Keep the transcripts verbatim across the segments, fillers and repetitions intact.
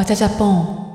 わちゃジャポン。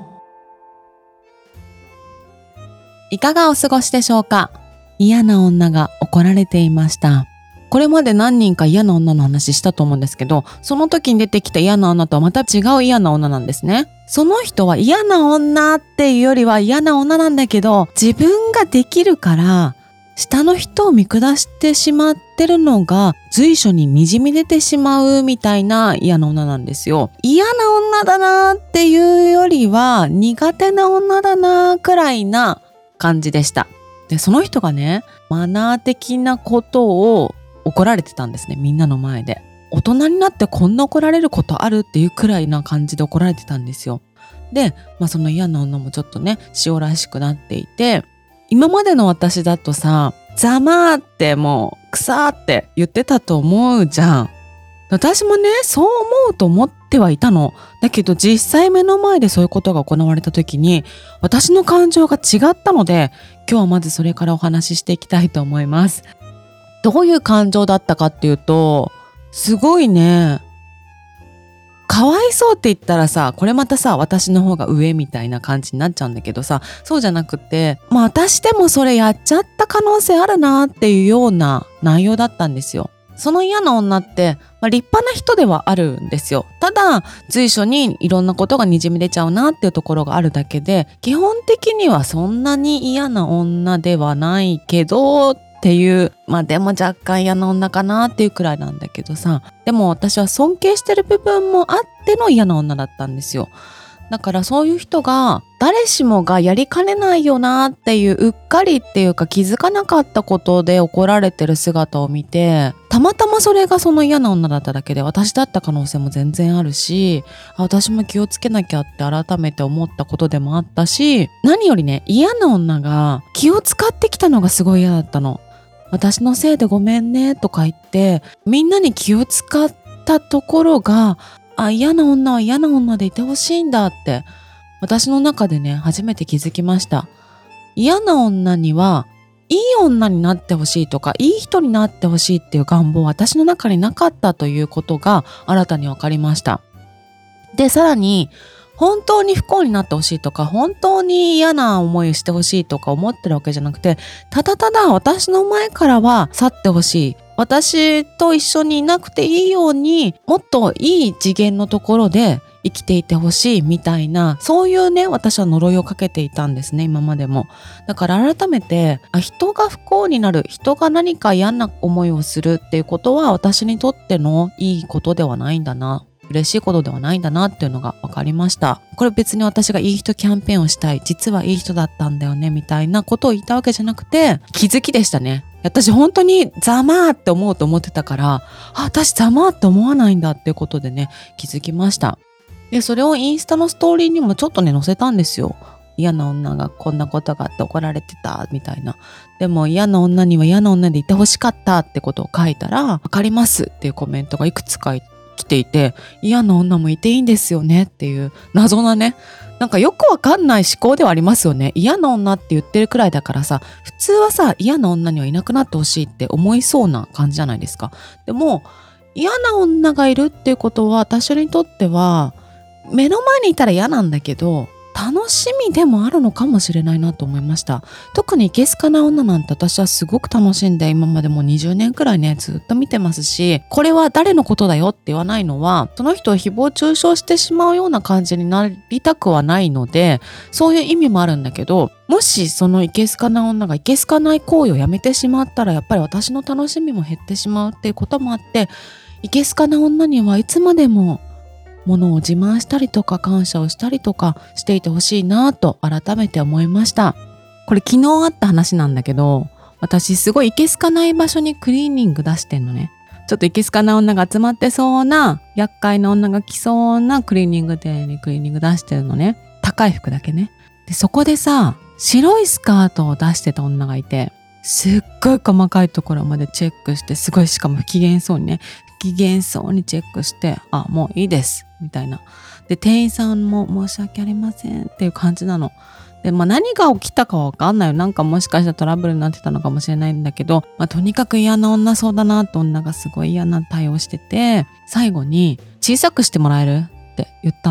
いかがお過ごしでしょうか。嫌な女が怒られていました。これまで何人か嫌な女の話したと思うんですけど、その時に出てきた嫌な女とはまた違う嫌な女なんですね。その人は嫌な女っていうよりは嫌な女なんだけど、自分ができるから下の人を見下してしまってるのが随所に滲み出てしまうみたいな嫌な女なんですよ。嫌な女だなっていうよりは苦手な女だなくらいな感じでした。で、その人がね、マナー的なことを怒られてたんですね、みんなの前で。大人になってこんな怒られることあるっていうくらいな感じで怒られてたんですよ。で、まあ、その嫌な女もちょっとね、塩らしくなっていて、今までの私だとさ、ざまーってもう草ーって言ってたと思うじゃん。私もね、そう思うと思ってはいたの。だけど実際目の前でそういうことが行われた時に、私の感情が違ったので、今日はまずそれからお話ししていきたいと思います。どういう感情だったかっていうと、すごいね、かわいそうって言ったらさ、これまたさ、私の方が上みたいな感じになっちゃうんだけどさ、そうじゃなくて、まあ私でもそれやっちゃった可能性あるなっていうような内容だったんですよ。その嫌な女って、まあ、立派な人ではあるんですよ。ただ随所にいろんなことがにじみ出ちゃうなっていうところがあるだけで、基本的にはそんなに嫌な女ではないけどっていう、まあでも若干嫌な女かなっていうくらいなんだけどさ、でも私は尊敬してる部分もあっての嫌な女だったんですよ。だからそういう人が誰しもがやりかねないよなっていう、うっかりっていうか気づかなかったことで怒られてる姿を見て、たまたまそれがその嫌な女だっただけで私だった可能性も全然あるし、あ、私も気をつけなきゃって改めて思ったことでもあったし、何よりね、嫌な女が気を使ってきたのがすごい嫌だったの。私のせいでごめんねとか言ってみんなに気を使ったところが、あ、嫌な女は嫌な女でいてほしいんだって私の中でね、初めて気づきました。嫌な女にはいい女になってほしいとか、いい人になってほしいっていう願望は私の中になかったということが新たに分かりました。で、さらに本当に不幸になってほしいとか、本当に嫌な思いをしてほしいとか思ってるわけじゃなくて、ただただ私の前からは去ってほしい。私と一緒にいなくていいように、もっといい次元のところで生きていてほしいみたいな、そういうね、私は呪いをかけていたんですね、今までも。だから改めて、あ、人が不幸になる、人が何か嫌な思いをするっていうことは私にとってのいいことではないんだな。嬉しいことではないんだなっていうのが分かりました。これ別に私がいい人キャンペーンをしたい、実はいい人だったんだよねみたいなことを言ったわけじゃなくて、気づきでしたね。私本当にざまーって思うと思ってたから、あ、私ざまーって思わないんだっていうことでね、気づきました。で、それをインスタのストーリーにもちょっとね載せたんですよ。嫌な女がこんなことがあって怒られてたみたいな。でも嫌な女には嫌な女でいてほしかったってことを書いたら、わかりますっていうコメントがいくつか来ていて、嫌な女もいていいんですよねっていう謎なね、なんかよくわかんない思考ではありますよね。嫌な女って言ってるくらいだからさ、普通はさ、嫌な女にはいなくなってほしいって思いそうな感じじゃないですか。でも嫌な女がいるっていうことは私にとっては目の前にいたら嫌なんだけど、楽しみでもあるのかもしれないなと思いました。特にイケスカな女なんて私はすごく楽しんで、今までもうにじゅうねんくらいねずっと見てますし、これは誰のことだよって言わないのはその人を誹謗中傷してしまうような感じになりたくはないので、そういう意味もあるんだけど、もしそのイケスカな女がイケスカない行為をやめてしまったら、やっぱり私の楽しみも減ってしまうっていうこともあって、イケスカな女にはいつまでもものを自慢したりとか感謝をしたりとかしていてほしいなと改めて思いました。これ昨日あった話なんだけど、私すごいイケスカない場所にクリーニング出してんのね。ちょっとイケスカな女が集まってそうな、厄介な女が来そうなクリーニング店にクリーニング出してるのね。高い服だけね。で、そこでさ、白いスカートを出してた女がいて、すっごい細かいところまでチェックして、すごいしかも不機嫌そうにね、不機嫌そうにチェックして、あ、もういいですみたいな。で、店員さんも申し訳ありませんっていう感じなの。で、まあ何が起きたかわかんないよ。なんかもしかしたらトラブルになってたのかもしれないんだけど、まあとにかく嫌な女そうだなって、女がすごい嫌な対応してて、最後に小さくしてもらえるって言ったの。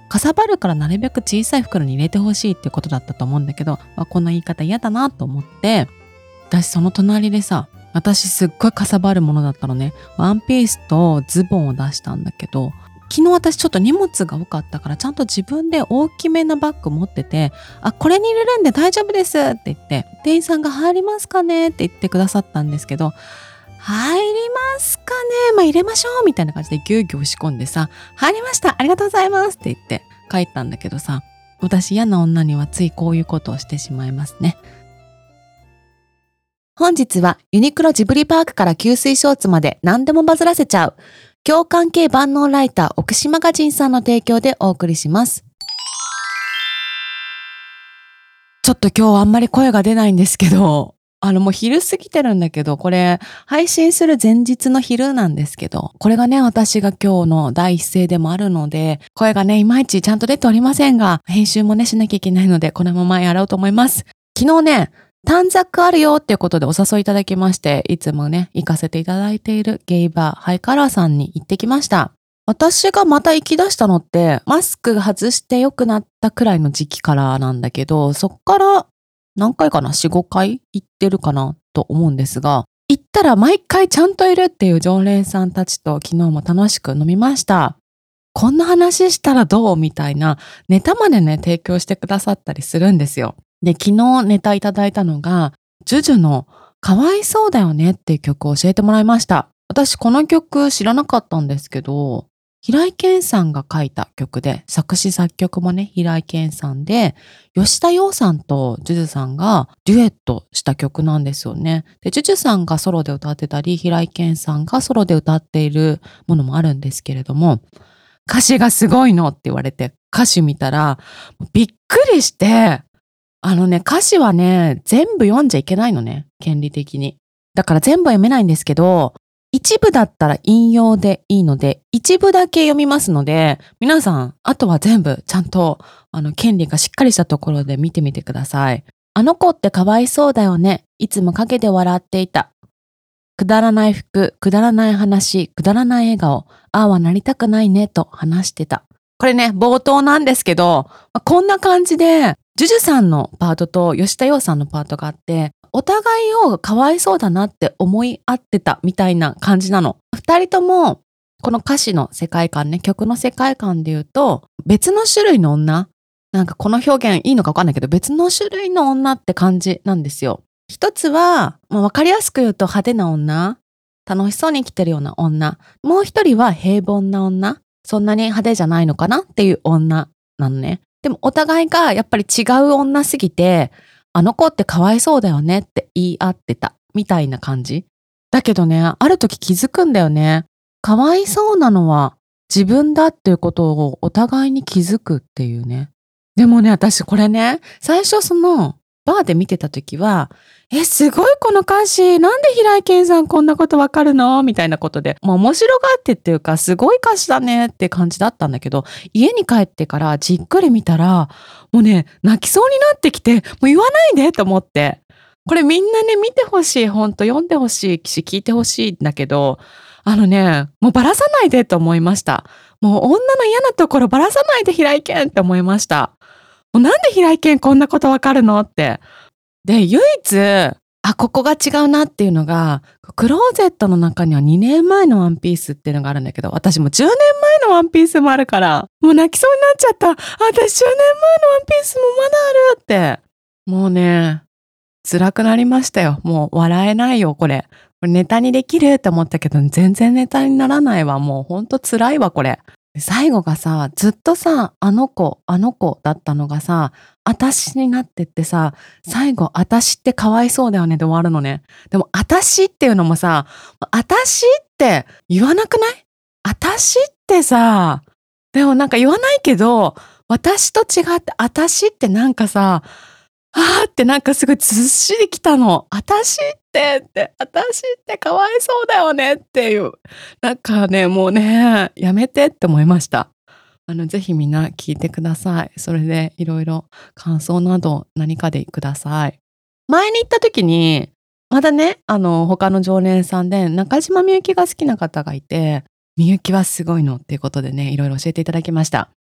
かさばるからなるべく小さい袋に入れてほしいってことだったと思うんだけど、まあ、こんな言い方嫌だなと思って、私その隣でさ、私すっごいかさばるものだったのね。ワンピースとズボンを出したんだけど、昨日私ちょっと荷物が多かったからちゃんと自分で大きめなバッグ持ってて、あ、これに入れるんで大丈夫ですって言って、店員さんが入りますかねって言ってくださったんですけど、入りますかね、まあ入れましょうみたいな感じでギュウギュウ押し込んでさ、入りました、ありがとうございますって言って帰ったんだけどさ、私嫌な女にはついこういうことをしてしまいますね。本日はユニクロジブリパークから吸水ショーツまで何でもバズらせちゃう共感系万能ライター奥志マガジンさんの提供でお送りします。ちょっと今日あんまり声が出ないんですけど、あのもう昼過ぎてるんだけど、これ配信する前日の昼なんですけど、これがね私が今日の第一声でもあるので、声がねいまいちちゃんと出ておりませんが、編集もねしなきゃいけないのでこのままやろうと思います。昨日ね短冊あるよっていうことでお誘いいただきまして、いつもね行かせていただいているゲイバーハイカラーさんに行ってきました。私がまた行き出したのってマスク外して良くなったくらいの時期からなんだけど、そっから何回かな ?よん、ごかい行ってるかなと思うんですが、行ったら毎回ちゃんといるっていう常連さんたちと昨日も楽しく飲みました。こんな話したらどうみたいなネタまでね提供してくださったりするんですよ。で、昨日ネタいただいたのが、ジュジュのかわいそうだよねっていう曲を教えてもらいました。私この曲知らなかったんですけど、平井堅さんが書いた曲で、作詞作曲もね、平井堅さんで、吉田羊さんとジュジュさんがデュエットした曲なんですよね。で、ジュジュさんがソロで歌ってたり、平井堅さんがソロで歌っているものもあるんですけれども、歌詞がすごいのって言われて、歌詞見たら、びっくりして、あのね、歌詞はね、全部読んじゃいけないのね、権利的に。だから全部は読めないんですけど、一部だったら引用でいいので、一部だけ読みますので、皆さん、あとは全部ちゃんと、あの、権利がしっかりしたところで見てみてください。あの子ってかわいそうだよね。いつも陰で笑っていた。くだらない服、くだらない話、くだらない笑顔。ああはなりたくないね、と話してた。これね、冒頭なんですけど、こんな感じで、ジュジュさんのパートと吉田羊さんのパートがあって、お互いをかわいそうだなって思い合ってたみたいな感じなの。二人とも、この歌詞の世界観ね、曲の世界観で言うと、別の種類の女、なんかこの表現いいのかわかんないけど、別の種類の女って感じなんですよ。一つは、まあ、わかりやすく言うと派手な女、楽しそうに生きてるような女。もう一人は平凡な女。そんなに派手じゃないのかなっていう女なのね。でもお互いがやっぱり違う女すぎて、あの子ってかわいそうだよねって言い合ってたみたいな感じ。だけどね、ある時気づくんだよね。かわいそうなのは自分だっていうことをお互いに気づくっていうね。でもね、私これね、最初そのバーで見てた時は、え、すごいこの歌詞、なんで平井堅さんこんなことわかるのみたいなことで、もう面白がってっていうか、すごい歌詞だねって感じだったんだけど、家に帰ってからじっくり見たら、もうね、泣きそうになってきて、もう言わないでと思って。これみんなね、見てほしい、ほんと読んでほしいし、聞いてほしいんだけど、あのね、もうばらさないでと思いました。もう女の嫌なところばらさないで平井堅って思いました。もうなんで平井堅こんなことわかるのって。で、唯一、あ、ここが違うなっていうのが、クローゼットの中にはにねんまえのワンピースっていうのがあるんだけど、私もじゅうねんまえのワンピースもあるから、もう泣きそうになっちゃった。あ、私じゅうねんまえのワンピースもまだあるって。もうね、辛くなりましたよ。もう笑えないよ、これ。これネタにできるって思ったけど、全然ネタにならないわ。もうほんと辛いわ、これ。最後がさ、ずっとさ、あの子、あの子だったのがさ、あたしになってってさ、最後、あたしってかわいそうだよねで終わるのね。でも、あたしっていうのもさ、あたしって言わなくない？あたしってさ、でもなんか言わないけど、私と違って、あたしってなんかさ、あーってなんかすごいずっしりきたの。あたしってって、あたしってかわいそうだよねっていう。なんかね、もうね、やめてって思いました。あの、ぜひみんな聞いてください。それでいろいろ感想など何かでください。前に行った時に、まだね、あの、他の常連さんで中島みゆきが好きな方がいて、みゆきはすごいのっていうことでね、いろいろ教えていただきました。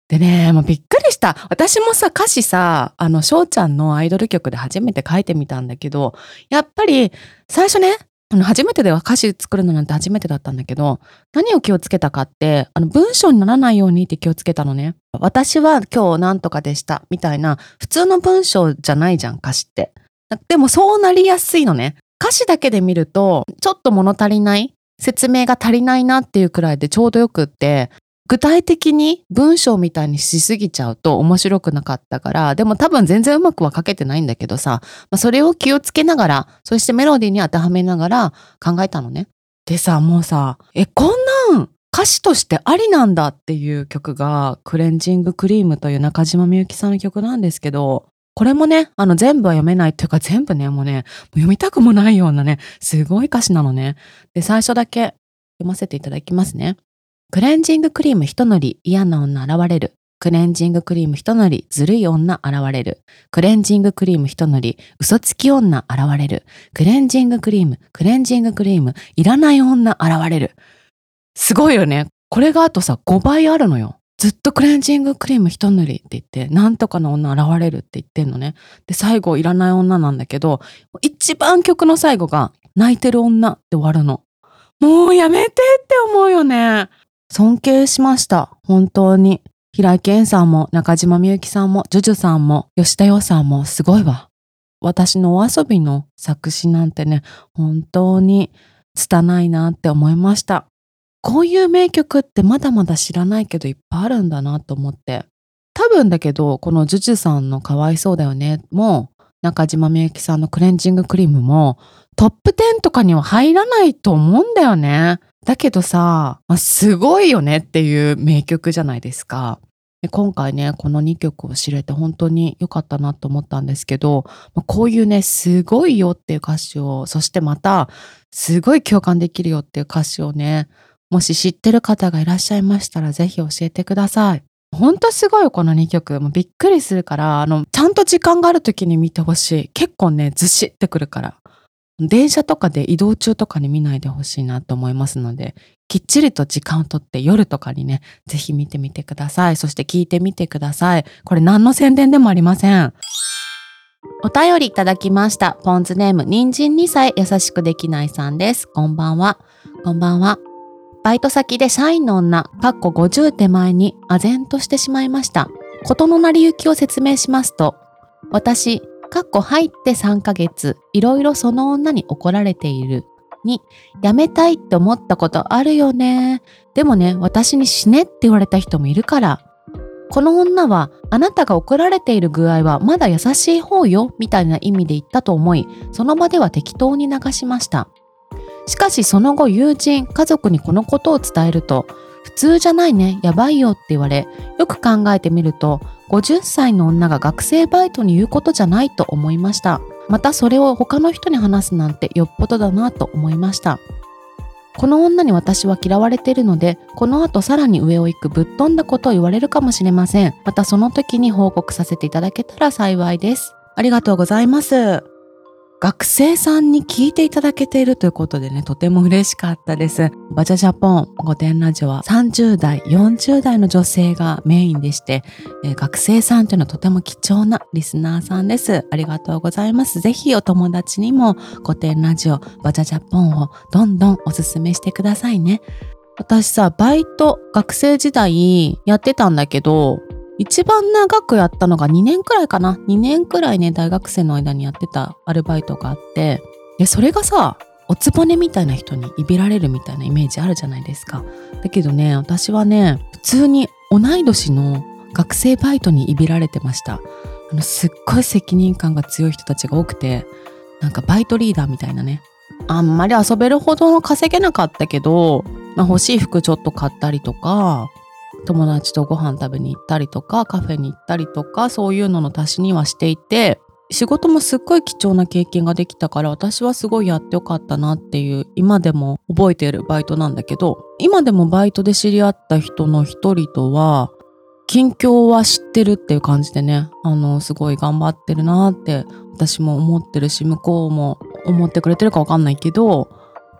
でね、もうびっくりした。私もさ、歌詞さ、あの、翔ちゃんのアイドル曲で初めて書いてみたんだけど、やっぱり最初ね、あの、初めてでは歌詞作るのなんて初めてだったんだけど、何を気をつけたかって、あの、文章にならないようにって気をつけたのね。私は今日なんとかでした、みたいな、普通の文章じゃないじゃん、歌詞って。でもそうなりやすいのね。歌詞だけで見ると、ちょっと物足りない、説明が足りないなっていうくらいでちょうどよくって、具体的に文章みたいにしすぎちゃうと面白くなかったから、でも多分全然うまくは書けてないんだけどさ、まあ、それを気をつけながら、そしてメロディーに当てはめながら考えたのね。でさ、もうさ、え、こんなん歌詞としてありなんだっていう曲が、クレンジングクリームという中島みゆきさんの曲なんですけど、これもね、あの全部は読めないっていうか全部ね、もうね、もう読みたくもないようなね、すごい歌詞なのね。で、最初だけ読ませていただきますね。クレンジングクリーム一塗り嫌な女現れる。クレンジングクリーム一塗りずるい女現れる。クレンジングクリーム一塗り嘘つき女現れる。クレンジングクリーム、クレンジングクリームいらない女現れる。すごいよね。これがあとさ、ごばいあるのよ。ずっとクレンジングクリーム一塗りって言って、なんとかの女現れるって言ってんのね。で、最後いらない女なんだけど、一番曲の最後が泣いてる女って終わるの。もうやめてって思うよね。尊敬しました。本当に。平井堅さんも中島みゆきさんもジュジュさんも吉田羊さんもすごいわ。私のお遊びの作詞なんてね、本当に拙いなって思いました。こういう名曲ってまだまだ知らないけどいっぱいあるんだなと思って。多分だけど、このジュジュさんのかわいそうだよねも、中島みゆきさんのクレンジングクリームもトップテンとかには入らないと思うんだよね。だけどさ、まあ、すごいよねっていう名曲じゃないですか。で今回ね、このにきょくを知れて本当に良かったなと思ったんですけど、まあ、こういうね、すごいよっていう歌詞を、そしてまた、すごい共感できるよっていう歌詞をね、もし知ってる方がいらっしゃいましたら、ぜひ教えてください。ほんとすごいよ、このにきょく。もうびっくりするから、あの、ちゃんと時間がある時に見てほしい。結構ね、ずしってくるから。電車とかで移動中とかに見ないでほしいなと思いますので、きっちりと時間をとって夜とかにね、ぜひ見てみてください。そして聞いてみてください。これ何の宣伝でもありません。お便りいただきました。ポンズネーム、人参にさい優しくできないさんです。こんばんは。こんばんは。バイト先で社員の女、かっこごじゅう手前に唖然としてしまいました。事の成り行きを説明しますと、私、かっこ入ってさんかげつ、いろいろその女に怒られている。に、やめたいって思ったことあるよね。でもね、私に死ねって言われた人もいるから。この女は、あなたが怒られている具合はまだ優しい方よ、みたいな意味で言ったと思い、その場では適当に流しました。しかしその後友人、家族にこのことを伝えると、普通じゃないね、やばいよって言われ、よく考えてみると、ごじゅっさいの女が学生バイトに言うことじゃないと思いました。またそれを他の人に話すなんてよっぽどだなと思いました。この女に私は嫌われているので、この後さらに上を行くぶっ飛んだことを言われるかもしれません。またその時に報告させていただけたら幸いです。ありがとうございます。学生さんに聞いていただけているということでね、とても嬉しかったです。バジャジャポンごてんラジオはさんじゅうだい、よんじゅうだいの女性がメインでして、えー、学生さんというのはとても貴重なリスナーさんです。ありがとうございます。ぜひお友達にもごてんラジオ、バジャジャポンをどんどんおすすめしてくださいね。私さ、バイト学生時代やってたんだけど、一番長くやったのがにねんくらいかな。にねんくらいね、大学生の間にやってたアルバイトがあって、で、それがさ、おつぼねみたいな人にいびられるみたいなイメージあるじゃないですか。だけどね、私はね、普通に同い年の学生バイトにいびられてました。あの、すっごい責任感が強い人たちが多くて、なんかバイトリーダーみたいなね。あんまり遊べるほど稼げなかったけど、まあ、欲しい服ちょっと買ったりとか、友達とご飯食べに行ったりとかカフェに行ったりとかそういうのの足しにはしていて、仕事もすっごい貴重な経験ができたから私はすごいやってよかったなっていう今でも覚えているバイトなんだけど、今でもバイトで知り合った人の一人とは近況は知ってるっていう感じでね、あのすごい頑張ってるなって私も思ってるし向こうも思ってくれてるかわかんないけど、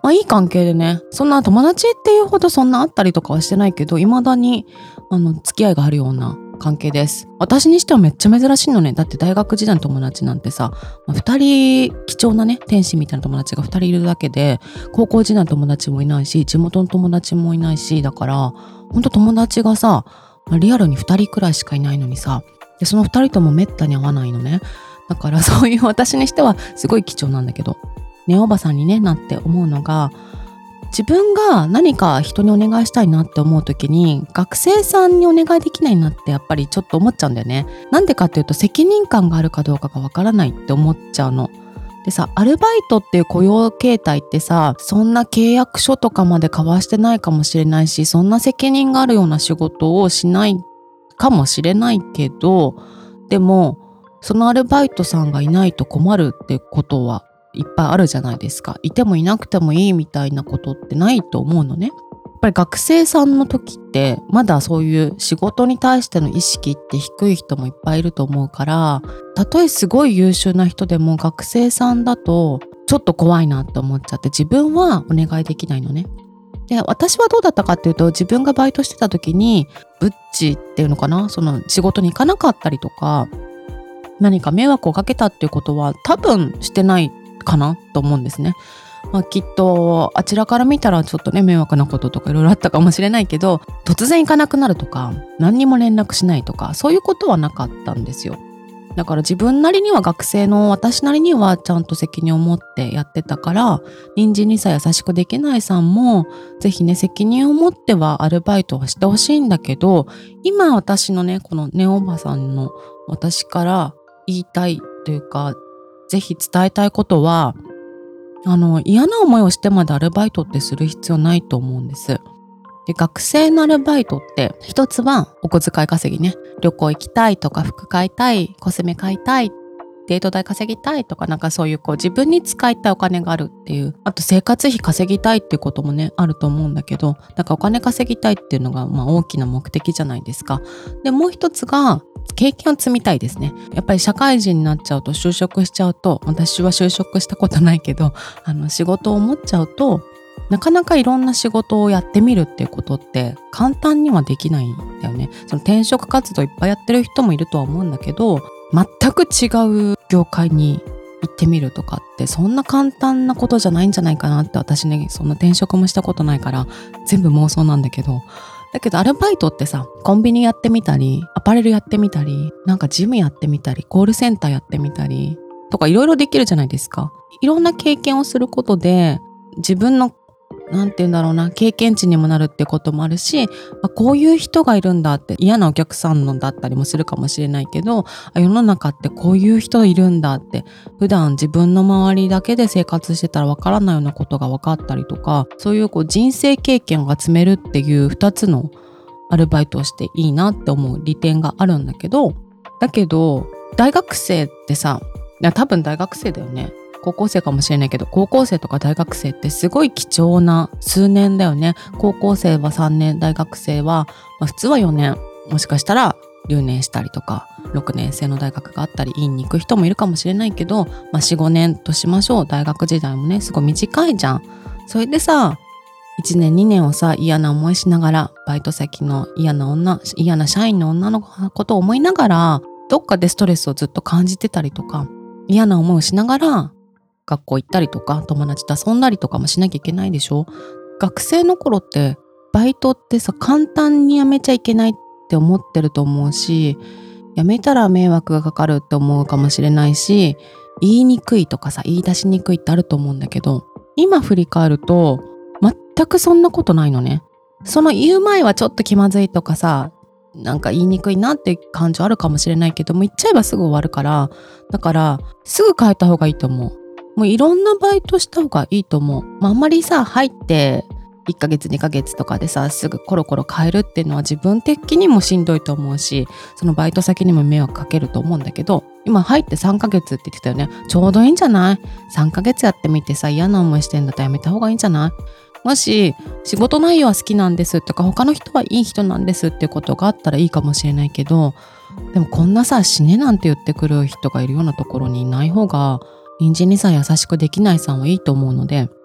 まあいい関係でね、そんな友達っていうほどそんなあったりとかはしてないけど、未だにあの付き合いがあるような関係です。私にしてはめっちゃ珍しいのね。だって大学時代の友達なんてさ、まあ、ふたり貴重なね天使みたいな友達がふたりいるだけで、高校時代の友達もいないし、地元の友達もいないし、だからほんと友達がさ、リアルにふたりくらいしかいないのにさ、でそのふたりともめったに会わないのね。だからそういう私にしてはすごい貴重なんだけど、ねおばさんに、ね、なって思うのが、自分が何か人にお願いしたいなって思う時に学生さんにお願いできないなってやっぱりちょっと思っちゃうんだよね。なんでかっていうと、責任感があるかどうかがわからないって思っちゃうの。でさ、アルバイトっていう雇用形態ってさ、そんな契約書とかまで交わしてないかもしれないし、そんな責任があるような仕事をしないかもしれないけど、でもそのアルバイトさんがいないと困るってことはいっぱいあるじゃないですか。いてもいなくてもいいみたいなことってないと思うのね。やっぱり学生さんの時ってまだそういう仕事に対しての意識って低い人もいっぱいいると思うから、たとえすごい優秀な人でも学生さんだとちょっと怖いなって思っちゃって、自分はお願いできないのね。で、私はどうだったかっていうと、自分がバイトしてた時にブッチっていうのかな、その仕事に行かなかったりとか、何か迷惑をかけたっていうことは多分してないかなと思うんですね。まあ、きっとあちらから見たらちょっとね迷惑なこととかいろいろあったかもしれないけど、突然行かなくなるとか何にも連絡しないとかそういうことはなかったんですよ。だから自分なりには、学生の私なりにはちゃんと責任を持ってやってたから、人参にさ優しくできないさんもぜひね責任を持ってはアルバイトはしてほしいんだけど、今私のねこのねおばさんの私から言いたいというか、ぜひ伝えたいことは、あの嫌な思いをしてまでアルバイトってする必要ないと思うんです。で、学生のアルバイトって一つはお小遣い稼ぎね。旅行行きたいとか、服買いたい、コスメ買いたい、デート代稼ぎたいとか、なんかそういうこう自分に使いたいお金があるっていう、あと生活費稼ぎたいっていうこともねあると思うんだけど、なんかお金稼ぎたいっていうのがまあ大きな目的じゃないですか。で、もう一つが経験を積みたいですね。やっぱり社会人になっちゃうと、就職しちゃうと、私は就職したことないけど、あの仕事を持っちゃうと、なかなかいろんな仕事をやってみるっていうことって簡単にはできないんだよね。その転職活動いっぱいやってる人もいるとは思うんだけど、全く違う業界に行ってみるとかってそんな簡単なことじゃないんじゃないかなって、私ねそんな転職もしたことないから全部妄想なんだけど、だけどアルバイトってさ、コンビニやってみたり、アパレルやってみたり、なんかジムやってみたり、コールセンターやってみたりとかいろいろできるじゃないですか。いろんな経験をすることで自分のなんて言うんだろうな、経験値にもなるってこともあるし、あ、こういう人がいるんだって、嫌なお客さんのだったりもするかもしれないけど、あ、世の中ってこういう人いるんだって、普段自分の周りだけで生活してたらわからないようなことが分かったりとか、そういうこう人生経験を集めるっていうふたつのアルバイトをしていいなって思う利点があるんだけど、だけど大学生ってさ、いや多分大学生だよね。高校生かもしれないけど、高校生とか大学生ってすごい貴重な数年だよね。高校生はさんねん、大学生は、まあ、普通はよねん、もしかしたら留年したりとか、ろくねん生の大学があったり、院に行く人もいるかもしれないけど、まあ、よん、ごねんとしましょう。大学時代もねすごい短いじゃん。それでさ、いちねんにねんをさ嫌な思いしながら、バイト先の嫌な女嫌な社員の女のことを思いながら、どっかでストレスをずっと感じてたりとか、嫌な思いをしながら学校行ったりとか、友達と遊んだりとかもしなきゃいけないでしょ。学生の頃ってバイトってさ、簡単に辞めちゃいけないって思ってると思うし、辞めたら迷惑がかかるって思うかもしれないし、言いにくいとかさ、言い出しにくいってあると思うんだけど、今振り返ると全くそんなことないのね。その言う前はちょっと気まずいとかさ、なんか言いにくいなって感情あるかもしれないけども、言っちゃえばすぐ終わるから、だからすぐ変えた方がいいと思う。もういろんなバイトした方がいいと思う。まあ、あんまりさ入っていっかげつにかげつとかでさすぐコロコロ変えるっていうのは自分的にもしんどいと思うし、そのバイト先にも迷惑かけると思うんだけど、今入ってさんかげつって言ってたよね。ちょうどいいんじゃない？ さん ヶ月やってみてさ、嫌な思いしてんだったらやめた方がいいんじゃない？もし仕事内容は好きなんですとか、他の人はいい人なんですっていうことがあったらいいかもしれないけど、でもこんなさ死ねなんて言ってくる人がいるようなところにいない方が、人参にさ優しくできないさんはいいと思うので、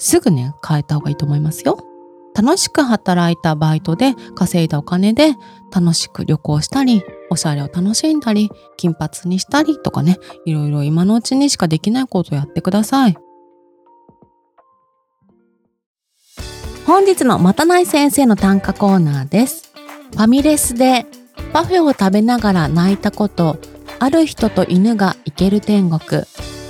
すぐね変えた方がいいと思いますよ。楽しく働いたバイトで稼いだお金で楽しく旅行したり、おしゃれを楽しんだり、金髪にしたりとかね、いろいろ今のうちにしかできないことをやってください。本日のまたない先生の短歌コーナーです。ファミレスでパフェを食べながら泣いたこと、ある人と犬が行ける天国。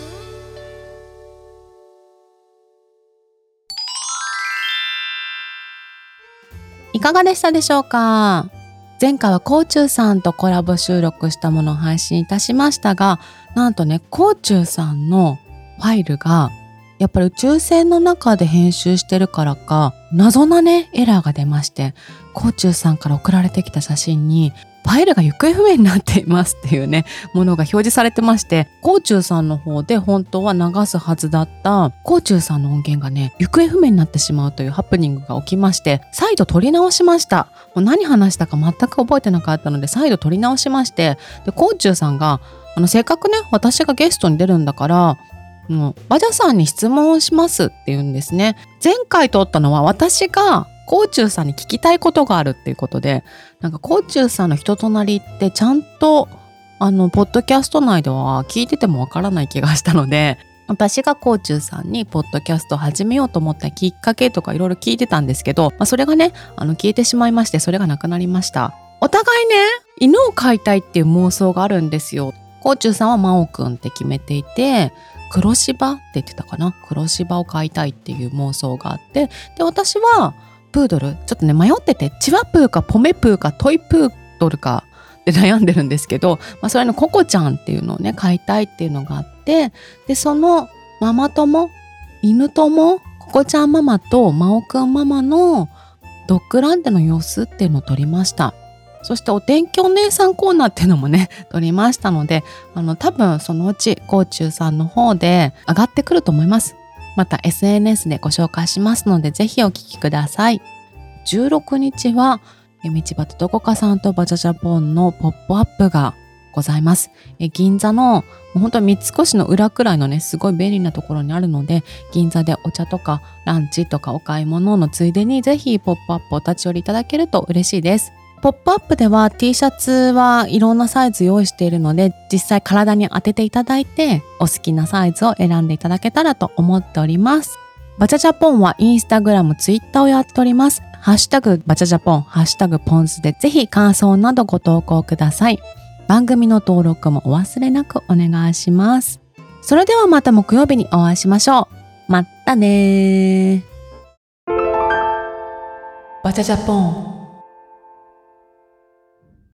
いかがでしたでしょうか。前回はコーチューさんとコラボ収録したものを配信いたしましたが、なんとねコーチューさんのファイルがやっぱり宇宙船の中で編集してるからか謎なねエラーが出まして、コーチューさんから送られてきた写真にファイルが行方不明になっていますっていうねものが表示されてまして、コーチューさんの方で本当は流すはずだったコーチューさんの音源がね行方不明になってしまうというハプニングが起きまして、再度撮り直しました。もう何話したか全く覚えてなかったので再度撮り直しまして、でコーチューさんがあのせっかくね私がゲストに出るんだからもうバジャさんに質問をしますって言うんですね。前回撮ったのは私がコーチューさんに聞きたいことがあるっていうことで、なんかコーチューさんの人となりってちゃんとあのポッドキャスト内では聞いててもわからない気がしたので、私がコーチューさんにポッドキャストを始めようと思ったきっかけとかいろいろ聞いてたんですけど、まあ、それがねあの消えてしまいまして、それがなくなりました。お互いね犬を飼いたいっていう妄想があるんですよ。コーチューさんはマオくんって決めていて、黒柴って言ってたかな、黒柴を飼いたいっていう妄想があって、で私はプードルちょっとね迷ってて、チワプーかポメプーかトイプードルかで悩んでるんですけど、まあ、それのココちゃんっていうのをね飼いたいっていうのがあって、でそのママ友犬友ココちゃんママとマオくんママのドッグランでの様子っていうのを撮りました。そしてお天気お姉さんコーナーっていうのもね撮りましたので、あの多分そのうちコーチューさんの方で上がってくると思います。また エスエヌエス でご紹介しますのでぜひお聞きください。じゅうろくにちは道端どこかさんとバジャジャポンのポップアップがございます。え銀座のもう本当に三越の裏くらいのねすごい便利なところにあるので、銀座でお茶とかランチとかお買い物のついでにぜひポップアップお立ち寄りいただけると嬉しいです。ポップアップでは T シャツはいろんなサイズ用意しているので、実際体に当てていただいてお好きなサイズを選んでいただけたらと思っております。バチャジャポンはインスタグラム、ツイッターをやっております。ハッシュタグバチャジャポン、ハッシュタグポンズでぜひ感想などご投稿ください。番組の登録もお忘れなくお願いします。それではまた木曜日にお会いしましょう。またねー。バチャジャポン。